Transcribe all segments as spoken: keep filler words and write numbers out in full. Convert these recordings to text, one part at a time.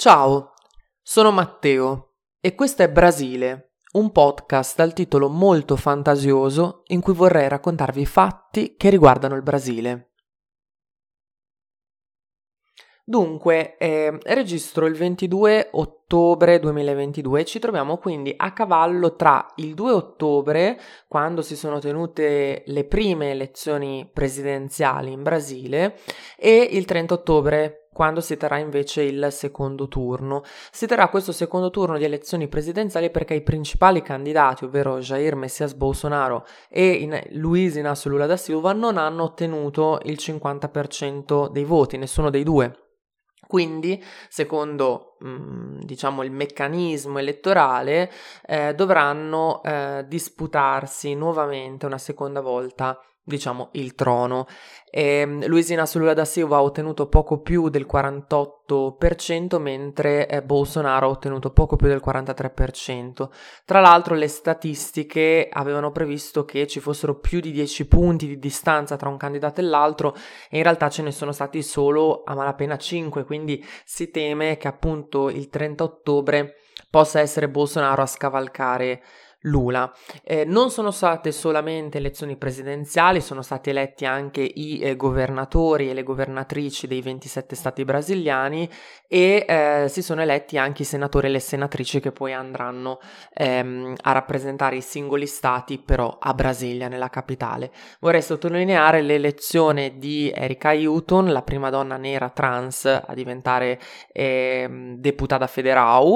Ciao, sono Matteo e questo è Brasile, un podcast dal titolo molto fantasioso in cui vorrei raccontarvi fatti che riguardano il Brasile. Dunque, eh, registro il ventidue ottobre duemilaventidue e ci troviamo quindi a cavallo tra il due ottobre, quando si sono tenute le prime elezioni presidenziali in Brasile, e il trenta ottobre, quando si terrà invece il secondo turno. Si terrà questo secondo turno di elezioni presidenziali perché i principali candidati, ovvero Jair Messias Bolsonaro e Luiz Inácio Lula da Silva, non hanno ottenuto il cinquanta per cento dei voti, nessuno dei due. Quindi, secondo mh, diciamo il meccanismo elettorale, eh, dovranno eh, disputarsi nuovamente una seconda volta, diciamo, il trono. E, Luiz Inácio Lula da Silva ha ottenuto poco più del quarantotto per cento, mentre eh, Bolsonaro ha ottenuto poco più del quarantatré per cento. Tra l'altro le statistiche avevano previsto che ci fossero più di dieci punti di distanza tra un candidato e l'altro, e in realtà ce ne sono stati solo a malapena cinque, quindi si teme che appunto il trenta ottobre possa essere Bolsonaro a scavalcare Lula. Eh, non sono state solamente elezioni presidenziali, sono stati eletti anche i eh, governatori e le governatrici dei ventisette stati brasiliani e eh, si sono eletti anche i senatori e le senatrici che poi andranno ehm, a rappresentare i singoli stati, però a Brasilia, nella capitale. Vorrei sottolineare l'elezione di Erika Ailton, la prima donna nera trans a diventare ehm, deputata federale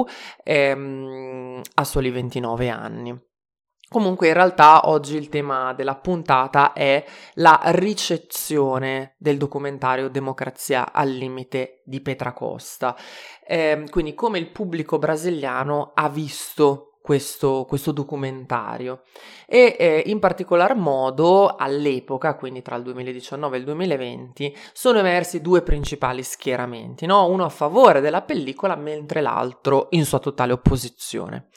ehm, a soli ventinove anni. Comunque in realtà oggi il tema della puntata è la ricezione del documentario Democrazia al limite di Petra Costa, eh, quindi come il pubblico brasiliano ha visto questo, questo documentario e eh, in particolar modo all'epoca, quindi tra il duemiladiciannove e il duemilaventi, sono emersi due principali schieramenti, no? Uno a favore della pellicola mentre l'altro in sua totale opposizione.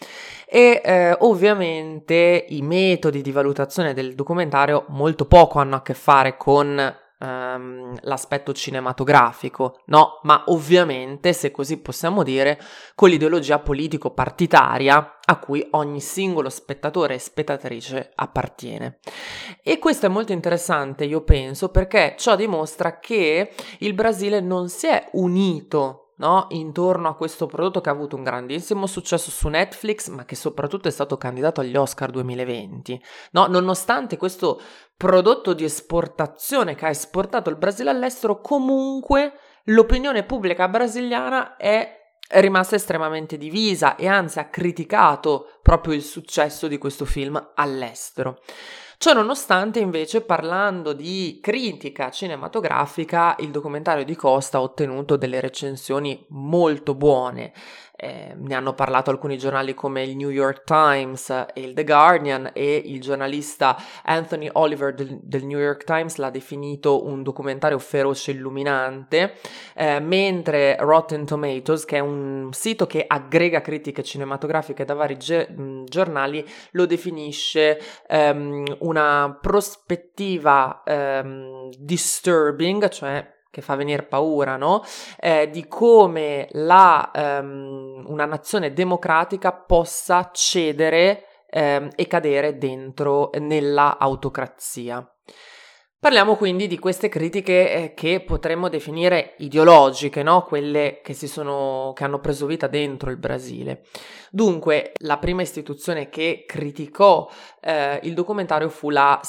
E eh, ovviamente i metodi di valutazione del documentario molto poco hanno a che fare con Um, l'aspetto cinematografico, no, ma ovviamente, se così possiamo dire, con l'ideologia politico-partitaria a cui ogni singolo spettatore e spettatrice appartiene. E questo è molto interessante, io penso, perché ciò dimostra che il Brasile non si è unito, no, intorno a questo prodotto che ha avuto un grandissimo successo su Netflix, ma che soprattutto è stato candidato agli Oscar duemilaventi, no, nonostante questo prodotto di esportazione che ha esportato il Brasile all'estero, comunque l'opinione pubblica brasiliana è rimasta estremamente divisa e anzi ha criticato proprio il successo di questo film all'estero. Ciò nonostante, invece, parlando di critica cinematografica, il documentario di Costa ha ottenuto delle recensioni molto buone. Eh, ne hanno parlato alcuni giornali come il New York Times e il The Guardian, e il giornalista Anthony Oliver del, del New York Times l'ha definito un documentario feroce e illuminante, eh, mentre Rotten Tomatoes, che è un sito che aggrega critiche cinematografiche da vari ge- giornali, lo definisce um, una prospettiva um, disturbing, cioè che fa venire paura, no? Eh, di come la, um, una nazione democratica possa cedere um, e cadere dentro nella autocrazia. Parliamo quindi di queste critiche eh, che potremmo definire ideologiche, no? Quelle che si sono, che hanno preso vita dentro il Brasile. Dunque, la prima istituzione che criticò eh, il documentario fu la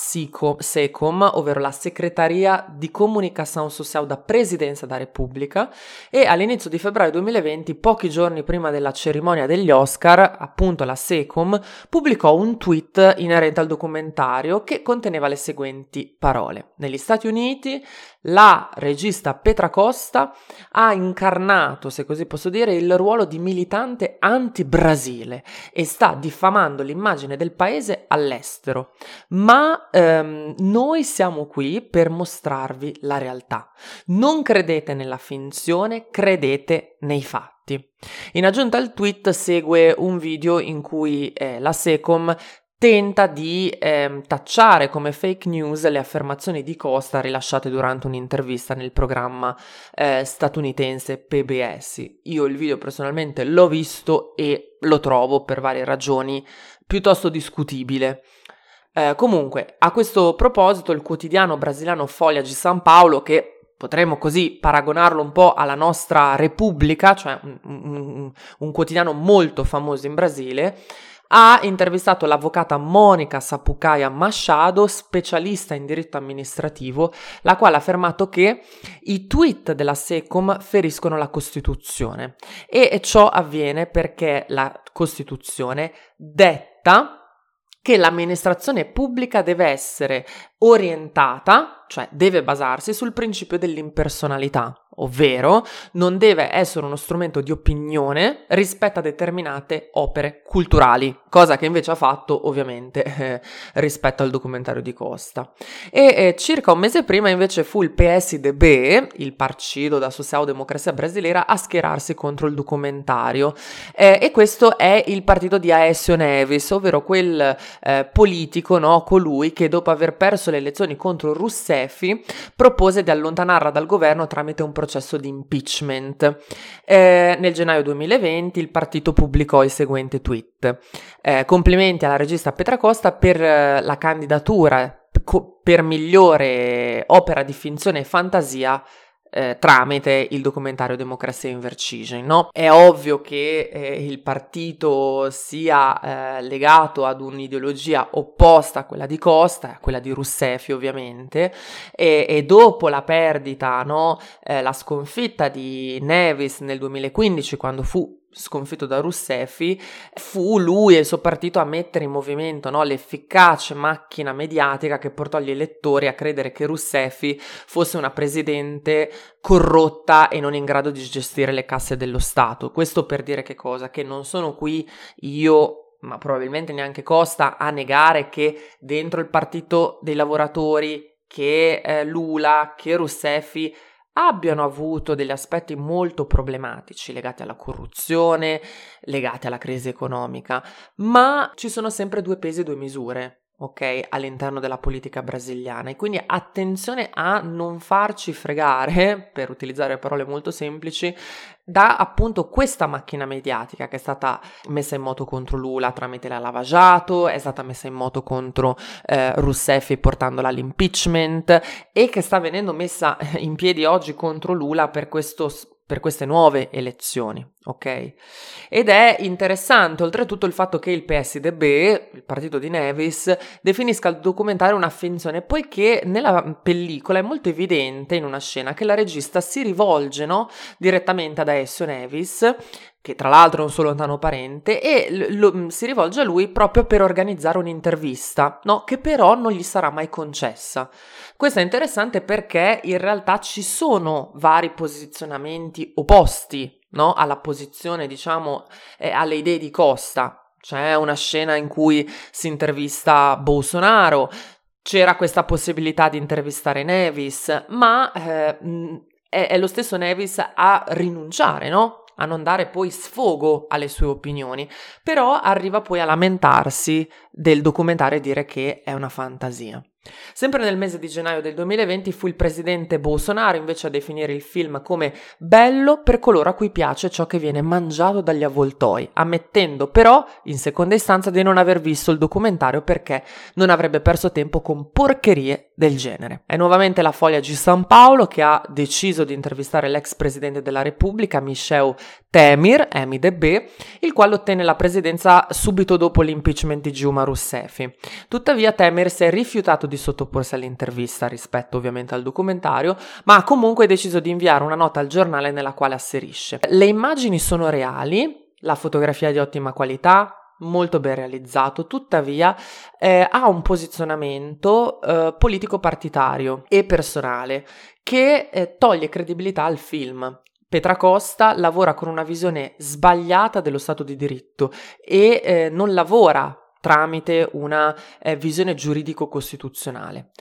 SECOM, ovvero la Secretaria di Comunicação Social da Presidenza da Repubblica, e all'inizio di febbraio duemilaventi, pochi giorni prima della cerimonia degli Oscar, appunto la SECOM pubblicò un tweet inerente al documentario che conteneva le seguenti parole. Negli Stati Uniti la regista Petra Costa ha incarnato, se così posso dire, il ruolo di militante anti-Brasile e sta diffamando l'immagine del paese all'estero. Ma ehm, noi siamo qui per mostrarvi la realtà. Non credete nella finzione, credete nei fatti. In aggiunta al tweet segue un video in cui eh, la SECOM tenta di eh, tacciare come fake news le affermazioni di Costa rilasciate durante un'intervista nel programma eh, statunitense P B S. Io il video personalmente l'ho visto e lo trovo per varie ragioni piuttosto discutibile. Eh, comunque, a questo proposito, il quotidiano brasiliano Folha di São Paulo, che potremmo così paragonarlo un po' alla nostra Repubblica, cioè un, un, un quotidiano molto famoso in Brasile, ha intervistato l'avvocata Monica Sapucaia Machado, specialista in diritto amministrativo, la quale ha affermato che i tweet della SECOM feriscono la Costituzione, e ciò avviene perché la Costituzione detta che l'amministrazione pubblica deve essere orientata, cioè deve basarsi sul principio dell'impersonalità, ovvero non deve essere uno strumento di opinione rispetto a determinate opere culturali, cosa che invece ha fatto ovviamente eh, rispetto al documentario di Costa. E eh, circa un mese prima invece fu il P S D B, il Partido da Social Democracia Brasileira, a schierarsi contro il documentario, eh, e questo è il partito di Aécio Neves, ovvero quel eh, politico, no, colui che dopo aver perso le elezioni contro Rousseff propose di allontanarla dal governo tramite un processo di impeachment. Eh, nel gennaio duemilaventi il partito pubblicò il seguente tweet: eh, complimenti alla regista Petra Costa per eh, la candidatura co- per migliore opera di finzione e fantasia Eh, tramite il documentario Democrazia in Vertigine, no? È ovvio che eh, il partito sia eh, legato ad un'ideologia opposta a quella di Costa, a quella di Rousseff ovviamente, e, e dopo la perdita, no, eh, la sconfitta di Neves nel duemilaquindici, quando fu sconfitto da Rousseff, fu lui e il suo partito a mettere in movimento, no, l'efficace macchina mediatica che portò gli elettori a credere che Rousseff fosse una presidente corrotta e non in grado di gestire le casse dello Stato. Questo per dire che cosa? Che non sono qui io, ma probabilmente neanche Costa, a negare che dentro il partito dei lavoratori, che eh, Lula, che Rousseff abbiano avuto degli aspetti molto problematici legati alla corruzione, legati alla crisi economica, ma ci sono sempre due pesi e due misure, ok, all'interno della politica brasiliana, e quindi attenzione a non farci fregare, per utilizzare parole molto semplici, da appunto questa macchina mediatica che è stata messa in moto contro Lula tramite la Lava Jato, è stata messa in moto contro eh, Rousseff portandola all'impeachment, e che sta venendo messa in piedi oggi contro Lula per questo per queste nuove elezioni, ok? Ed è interessante oltretutto il fatto che il P S D B, il partito di Neves, definisca il documentario una finzione, poiché nella pellicola è molto evidente in una scena che la regista si rivolge, no, direttamente ad Aécio Neves, che tra l'altro è un suo lontano parente, e lo, si rivolge a lui proprio per organizzare un'intervista, no? Che però non gli sarà mai concessa. Questo è interessante perché in realtà ci sono vari posizionamenti opposti, no? Alla posizione, diciamo, eh, alle idee di Costa. C'è una scena in cui si intervista Bolsonaro, c'era questa possibilità di intervistare Neves, ma eh, è, è lo stesso Neves a rinunciare, no? A non dare poi sfogo alle sue opinioni, però arriva poi a lamentarsi del documentario e dire che è una fantasia. Sempre nel mese di gennaio del duemilaventi fu il presidente Bolsonaro invece a definire il film come bello per coloro a cui piace ciò che viene mangiato dagli avvoltoi, ammettendo però in seconda istanza di non aver visto il documentario perché non avrebbe perso tempo con porcherie del genere. È nuovamente la Folha di São Paulo che ha deciso di intervistare l'ex presidente della Repubblica Michel Temer, M D B, il quale ottenne la presidenza subito dopo l'impeachment di Dilma Rousseff. Tuttavia Temer si è rifiutato di sottoporsi all'intervista rispetto ovviamente al documentario, ma ha comunque deciso di inviare una nota al giornale nella quale asserisce: le immagini sono reali, la fotografia è di ottima qualità, molto ben realizzato, tuttavia eh, ha un posizionamento eh, politico-partitario e personale che eh, toglie credibilità al film. Petra Costa lavora con una visione sbagliata dello Stato di diritto e eh, non lavora tramite una eh, visione giuridico-costituzionale.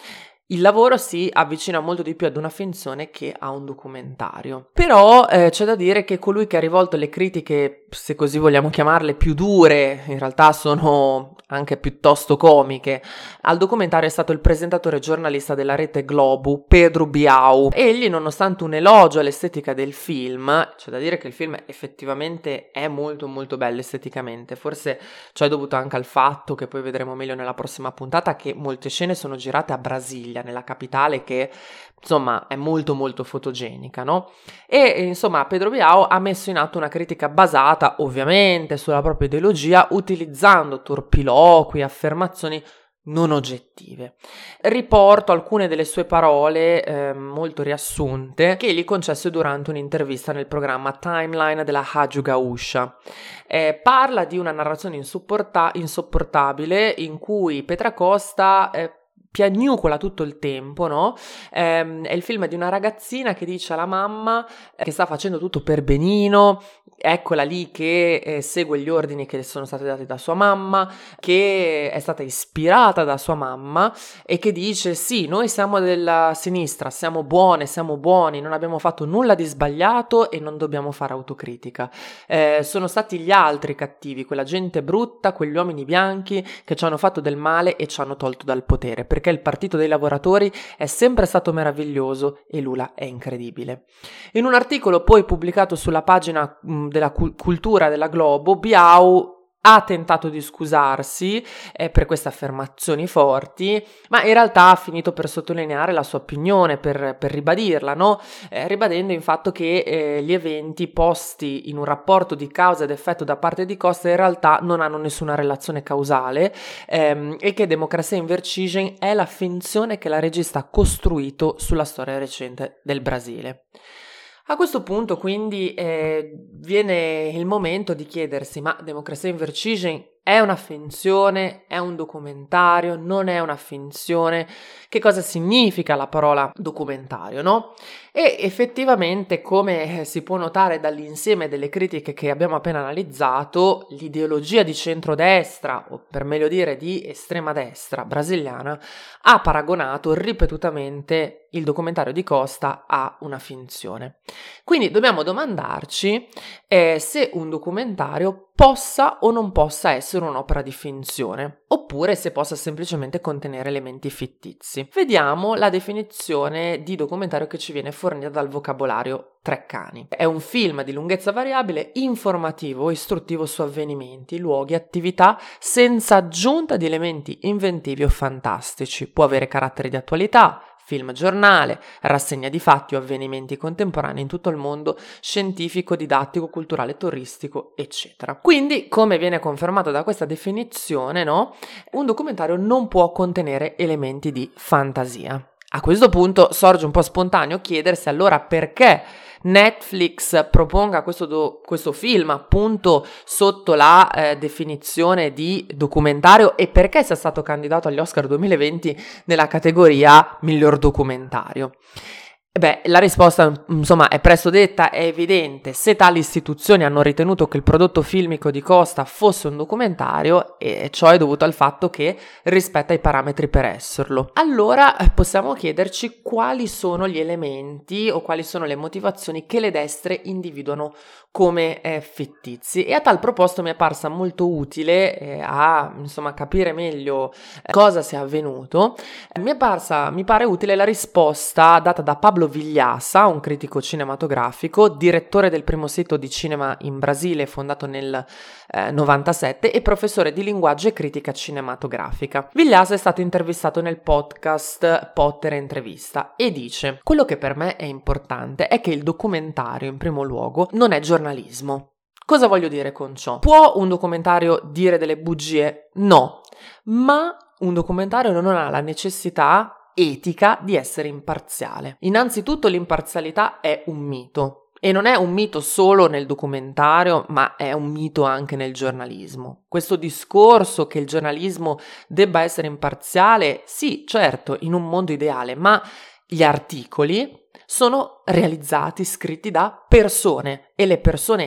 il lavoro si avvicina molto di più ad una finzione che a un documentario. Però eh, c'è da dire che colui che ha rivolto le critiche, se così vogliamo chiamarle, più dure, in realtà sono anche piuttosto comiche, al documentario è stato il presentatore giornalista della rete Globo, Pedro Bial. Egli, nonostante un elogio all'estetica del film, c'è da dire che il film effettivamente è molto molto bello esteticamente, forse ciò è dovuto anche al fatto, che poi vedremo meglio nella prossima puntata, che molte scene sono girate a Brasilia, nella capitale, che insomma è molto molto fotogenica, no? E insomma Pedro Bial ha messo in atto una critica basata ovviamente sulla propria ideologia, utilizzando torpiloqui, affermazioni non oggettive. Riporto alcune delle sue parole eh, molto riassunte che gli concesse durante un'intervista nel programma Timeline della Rádio Gaúcha. Eh, parla di una narrazione insopporta- insopportabile in cui Petra Costa eh, piagnucola tutto il tempo, no? Eh, è il film di una ragazzina che dice alla mamma eh, che sta facendo tutto per benino, eccola lì che eh, segue gli ordini che le sono stati dati da sua mamma, che è stata ispirata da sua mamma e che dice sì, noi siamo della sinistra, siamo buone, siamo buoni, non abbiamo fatto nulla di sbagliato e non dobbiamo fare autocritica. Eh, sono stati gli altri cattivi, quella gente brutta, quegli uomini bianchi che ci hanno fatto del male e ci hanno tolto dal potere, perché il partito dei lavoratori è sempre stato meraviglioso e Lula è incredibile. In un articolo poi pubblicato sulla pagina mh, della cu- cultura della Globo, Bial ha tentato di scusarsi eh, per queste affermazioni forti, ma in realtà ha finito per sottolineare la sua opinione, per, per ribadirla, no? Eh, ribadendo il fatto che eh, gli eventi posti in un rapporto di causa ed effetto da parte di Costa in realtà non hanno nessuna relazione causale ehm, e che Democrazia in Vertigine è la finzione che la regista ha costruito sulla storia recente del Brasile. A questo punto quindi eh, viene il momento di chiedersi: ma Democrazia in Vertigine è una finzione, è un documentario, non è una finzione? Che cosa significa la parola documentario, no? E effettivamente, come si può notare dall'insieme delle critiche che abbiamo appena analizzato, l'ideologia di centrodestra, o per meglio dire di estrema destra brasiliana, ha paragonato ripetutamente il documentario di Costa a una finzione. Quindi dobbiamo domandarci eh, se un documentario possa o non possa essere un'opera di finzione, oppure se possa semplicemente contenere elementi fittizi. Vediamo la definizione di documentario che ci viene fornita dal vocabolario Treccani. È un film di lunghezza variabile, informativo o istruttivo su avvenimenti, luoghi, attività, senza aggiunta di elementi inventivi o fantastici. Può avere carattere di attualità, film giornale, rassegna di fatti o avvenimenti contemporanei in tutto il mondo, scientifico, didattico, culturale, turistico, eccetera. Quindi, come viene confermato da questa definizione, no? Un documentario non può contenere elementi di fantasia. A questo punto sorge un po' spontaneo chiedersi allora perché Netflix proponga questo, do, questo film appunto sotto la eh, definizione di documentario e perché sia stato candidato agli Oscar duemilaventi nella categoria miglior documentario. Beh, la risposta insomma è presto detta, è evidente. Se tali istituzioni hanno ritenuto che il prodotto filmico di Costa fosse un documentario, e ciò è dovuto al fatto che rispetta i parametri per esserlo, allora possiamo chiederci quali sono gli elementi o quali sono le motivazioni che le destre individuano come eh, fittizi. E a tal proposito mi è parsa molto utile eh, a insomma capire meglio eh, cosa sia avvenuto. Mi è parsa, mi pare utile la risposta data da Pablo Vigliasa, un critico cinematografico, direttore del primo sito di cinema in Brasile fondato nel eh, novantasette e professore di linguaggio e critica cinematografica. Vigliasa è stato intervistato nel podcast Potter Intervista e dice: quello che per me è importante è che il documentario in primo luogo non è giornalismo. Cosa voglio dire con ciò? Può un documentario dire delle bugie? No, ma un documentario non ha la necessità etica di essere imparziale. Innanzitutto l'imparzialità è un mito e non è un mito solo nel documentario, ma è un mito anche nel giornalismo. Questo discorso che il giornalismo debba essere imparziale, sì, certo, in un mondo ideale, ma gli articoli sono realizzati, scritti da persone e le persone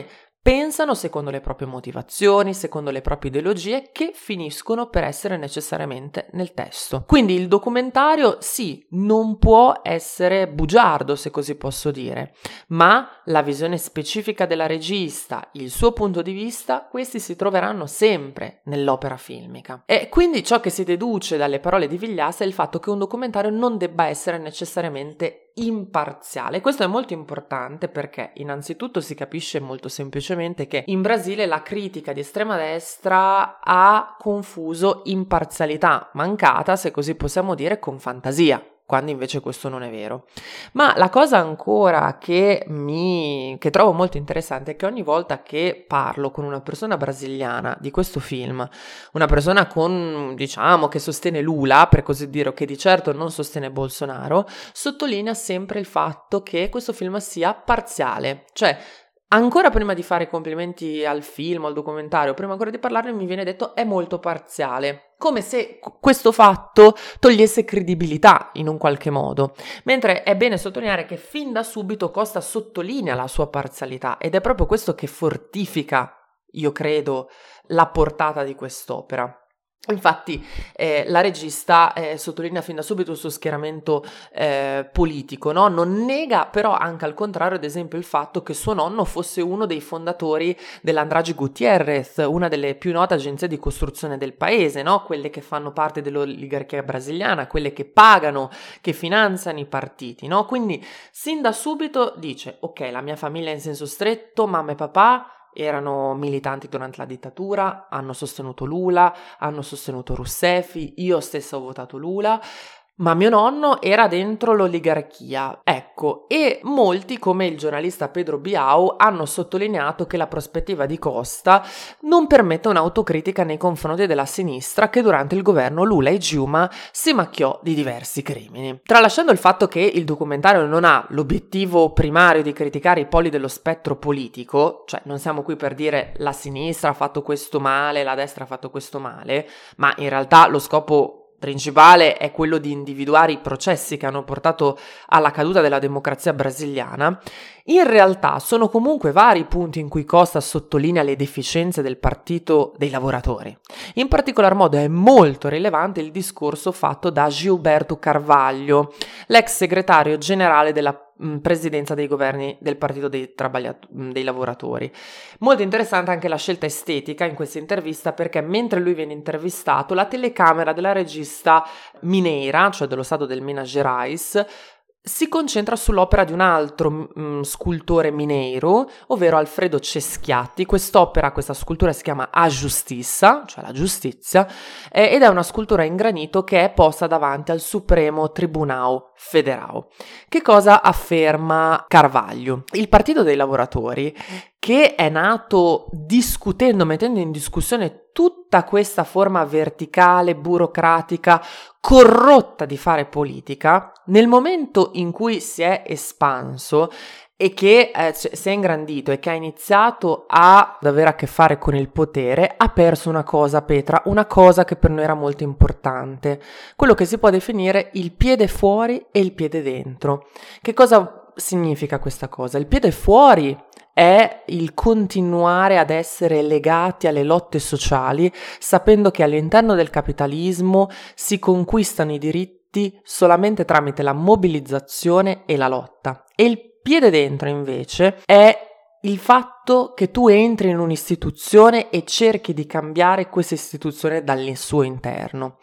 pensano secondo le proprie motivazioni, secondo le proprie ideologie, che finiscono per essere necessariamente nel testo. Quindi il documentario, sì, non può essere bugiardo, se così posso dire, ma la visione specifica della regista, il suo punto di vista, questi si troveranno sempre nell'opera filmica. E quindi ciò che si deduce dalle parole di Viglias è il fatto che un documentario non debba essere necessariamente imparziale. Questo è molto importante perché innanzitutto si capisce molto semplicemente che in Brasile la critica di estrema destra ha confuso imparzialità mancata, se così possiamo dire, con fantasia, quando invece questo non è vero. Ma la cosa ancora che mi che trovo molto interessante è che ogni volta che parlo con una persona brasiliana di questo film, una persona con, diciamo, che sostiene Lula, per così dire, o che di certo non sostiene Bolsonaro, sottolinea sempre il fatto che questo film sia parziale, cioè ancora prima di fare complimenti al film, al documentario, prima ancora di parlarne mi viene detto è molto parziale, come se questo fatto togliesse credibilità in un qualche modo, mentre è bene sottolineare che fin da subito Costa sottolinea la sua parzialità ed è proprio questo che fortifica, io credo, la portata di quest'opera. Infatti eh, la regista eh, sottolinea fin da subito il suo schieramento eh, politico, no? Non nega però anche al contrario, ad esempio, il fatto che suo nonno fosse uno dei fondatori dell'Andrade Gutierrez, una delle più note agenzie di costruzione del paese, no? Quelle che fanno parte dell'oligarchia brasiliana, quelle che pagano, che finanziano i partiti, no? Quindi sin da subito dice, ok, la mia famiglia in senso stretto, mamma e papà, erano militanti durante la dittatura, hanno sostenuto Lula, hanno sostenuto Rousseff, io stessa ho votato Lula, ma mio nonno era dentro l'oligarchia, ecco, e molti, come il giornalista Pedro Biao, hanno sottolineato che la prospettiva di Costa non permette un'autocritica nei confronti della sinistra che durante il governo Lula e Dilma si macchiò di diversi crimini. Tralasciando il fatto che il documentario non ha l'obiettivo primario di criticare i poli dello spettro politico, cioè non siamo qui per dire la sinistra ha fatto questo male, la destra ha fatto questo male, ma in realtà lo scopo principale è quello di individuare i processi che hanno portato alla caduta della democrazia brasiliana, in realtà sono comunque vari i punti in cui Costa sottolinea le deficienze del Partito dei Lavoratori. In particolar modo è molto rilevante il discorso fatto da Gilberto Carvalho, l'ex segretario generale della mh, presidenza dei governi del Partito dei, Trabagliat- dei Lavoratori. Molto interessante anche la scelta estetica in questa intervista perché mentre lui viene intervistato la telecamera della regista Mineira, cioè dello stato del Minas Gerais, si concentra sull'opera di un altro mh, scultore mineiro, ovvero Alfredo Ceschiatti. Quest'opera, questa scultura si chiama A Justiça, cioè la giustizia, eh, ed è una scultura in granito che è posta davanti al Supremo Tribunal Federal. Che cosa afferma Carvalho? Il Partito dei Lavoratori, che è nato discutendo, mettendo in discussione tutta questa forma verticale, burocratica, corrotta di fare politica, nel momento in cui si è espanso e che eh, si è ingrandito e che ha iniziato a, ad avere a che fare con il potere, ha perso una cosa, Petra, una cosa che per noi era molto importante, quello che si può definire il piede fuori e il piede dentro. Che cosa significa questa cosa? Il piede fuori è il continuare ad essere legati alle lotte sociali, sapendo che all'interno del capitalismo si conquistano i diritti solamente tramite la mobilizzazione e la lotta. E il piede dentro, invece, è il fatto che tu entri in un'istituzione e cerchi di cambiare questa istituzione dal suo interno.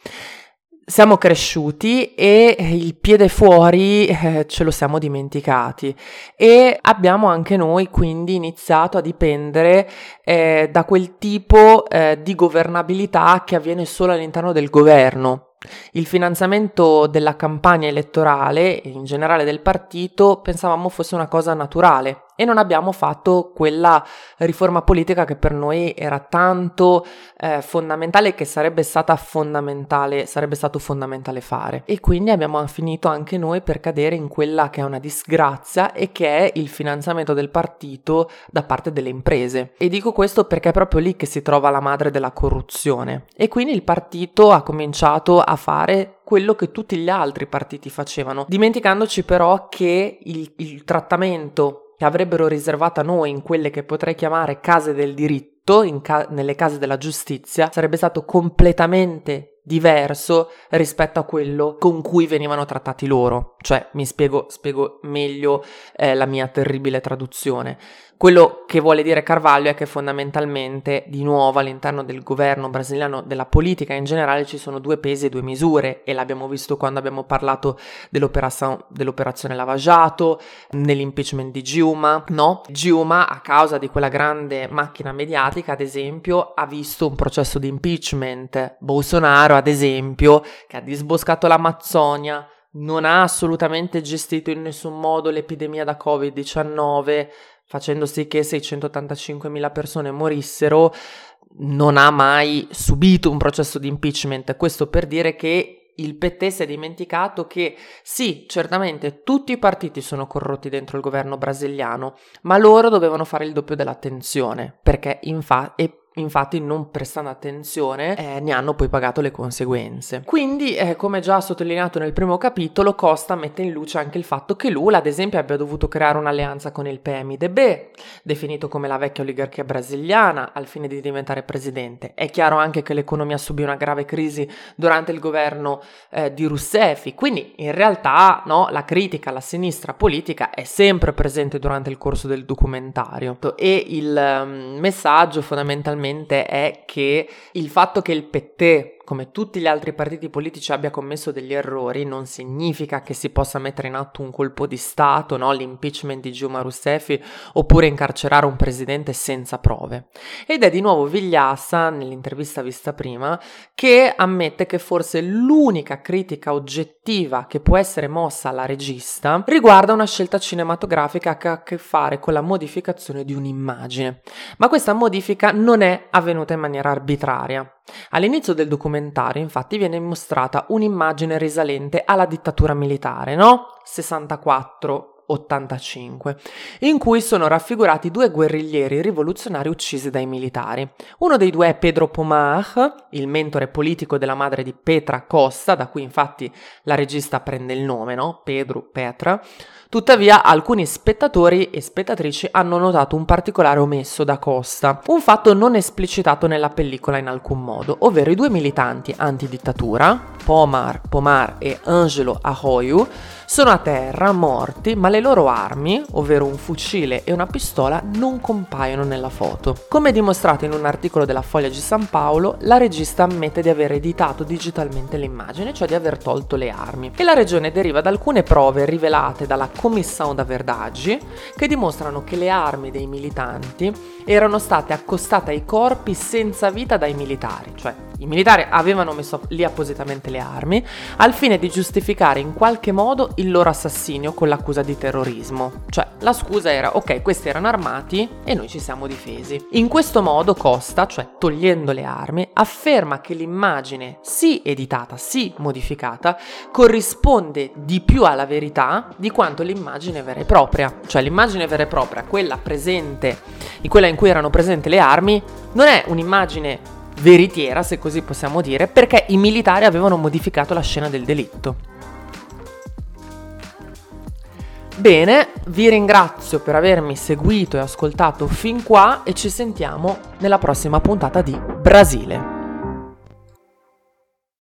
Siamo cresciuti e il piede fuori eh, ce lo siamo dimenticati e abbiamo anche noi quindi iniziato a dipendere eh, da quel tipo eh, di governabilità che avviene solo all'interno del governo. Il finanziamento della campagna elettorale e in generale del partito pensavamo fosse una cosa naturale e non abbiamo fatto quella riforma politica che per noi era tanto eh, fondamentale, che sarebbe stata fondamentale, sarebbe stato fondamentale fare. E quindi abbiamo finito anche noi per cadere in quella che è una disgrazia e che è il finanziamento del partito da parte delle imprese. E dico questo perché è proprio lì che si trova la madre della corruzione. E quindi il partito ha cominciato a fare quello che tutti gli altri partiti facevano, dimenticandoci però che il, il trattamento che avrebbero riservato a noi in quelle che potrei chiamare case del diritto, in ca- nelle case della giustizia, sarebbe stato completamente diverso rispetto a quello con cui venivano trattati loro. Cioè, mi spiego, spiego meglio eh, la mia terribile traduzione. Quello che vuole dire Carvalho è che fondamentalmente, di nuovo, all'interno del governo brasiliano, della politica in generale, ci sono due pesi e due misure, e l'abbiamo visto quando abbiamo parlato dell'operazione, dell'operazione Lava Jato, nell'impeachment di Dilma, no? Dilma, a causa di quella grande macchina mediatica, ad esempio, ha visto un processo di impeachment. Bolsonaro, ad esempio, che ha disboscato l'Amazzonia, non ha assolutamente gestito in nessun modo l'epidemia da covid diciannove, facendo sì che seicentottantacinquemila persone morissero, non ha mai subito un processo di impeachment. Questo per dire che il P T si è dimenticato che sì, certamente tutti i partiti sono corrotti dentro il governo brasiliano, ma loro dovevano fare il doppio dell'attenzione, perché infatti Infatti, non prestando attenzione, eh, ne hanno poi pagato le conseguenze. Quindi, eh, come già sottolineato nel primo capitolo, Costa mette in luce anche il fatto che Lula, ad esempio, abbia dovuto creare un'alleanza con il P M D B, definito come la vecchia oligarchia brasiliana, al fine di diventare presidente. È chiaro anche che l'economia subì una grave crisi durante il governo eh, di Rousseff, quindi in realtà, no, la critica alla sinistra politica è sempre presente durante il corso del documentario. E il um, messaggio fondamentalmente è che il fatto che il P T, come tutti gli altri partiti politici, abbia commesso degli errori non significa che si possa mettere in atto un colpo di Stato, no? L'impeachment di Dilma Rousseff, oppure incarcerare un presidente senza prove. Ed è di nuovo Vigliassa, nell'intervista vista prima, che ammette che forse l'unica critica oggettiva che può essere mossa alla regista riguarda una scelta cinematografica che ha a che fare con la modificazione di un'immagine. Ma questa modifica non è avvenuta in maniera arbitraria. All'inizio del documentario, infatti, viene mostrata un'immagine risalente alla dittatura militare, no? sessantaquattro ottantacinque, in cui sono raffigurati due guerriglieri rivoluzionari uccisi dai militari. Uno dei due è Pedro Pomar, il mentore politico della madre di Petra Costa, da cui infatti la regista prende il nome, no? Pedro, Petra. Tuttavia, alcuni spettatori e spettatrici hanno notato un particolare omesso da Costa, un fatto non esplicitato nella pellicola in alcun modo, ovvero i due militanti antidittatura, Pomar, Pomar e Angelo Arroyo, sono a terra, morti, ma le loro armi, ovvero un fucile e una pistola, non compaiono nella foto. Come dimostrato in un articolo della Foglia di San Paolo, la regista ammette di aver editato digitalmente l'immagine, cioè di aver tolto le armi. E la ragione deriva da alcune prove rivelate dalla Comissão da Verdade, che dimostrano che le armi dei militanti erano state accostate ai corpi senza vita dai militari, cioè i militari avevano messo lì appositamente le armi al fine di giustificare in qualche modo il loro assassinio con l'accusa di terrorismo. Cioè la scusa era: ok, questi erano armati e noi ci siamo difesi. In questo modo Costa, cioè togliendo le armi, afferma che l'immagine, sì editata, sì modificata, corrisponde di più alla verità di quanto l'immagine vera e propria. Cioè l'immagine vera e propria, quella presente, in quella in cui erano presenti le armi, non è un'immagine veritiera, se così possiamo dire, perché i militari avevano modificato la scena del delitto. Bene, vi ringrazio per avermi seguito e ascoltato fin qua e ci sentiamo nella prossima puntata di Brasile.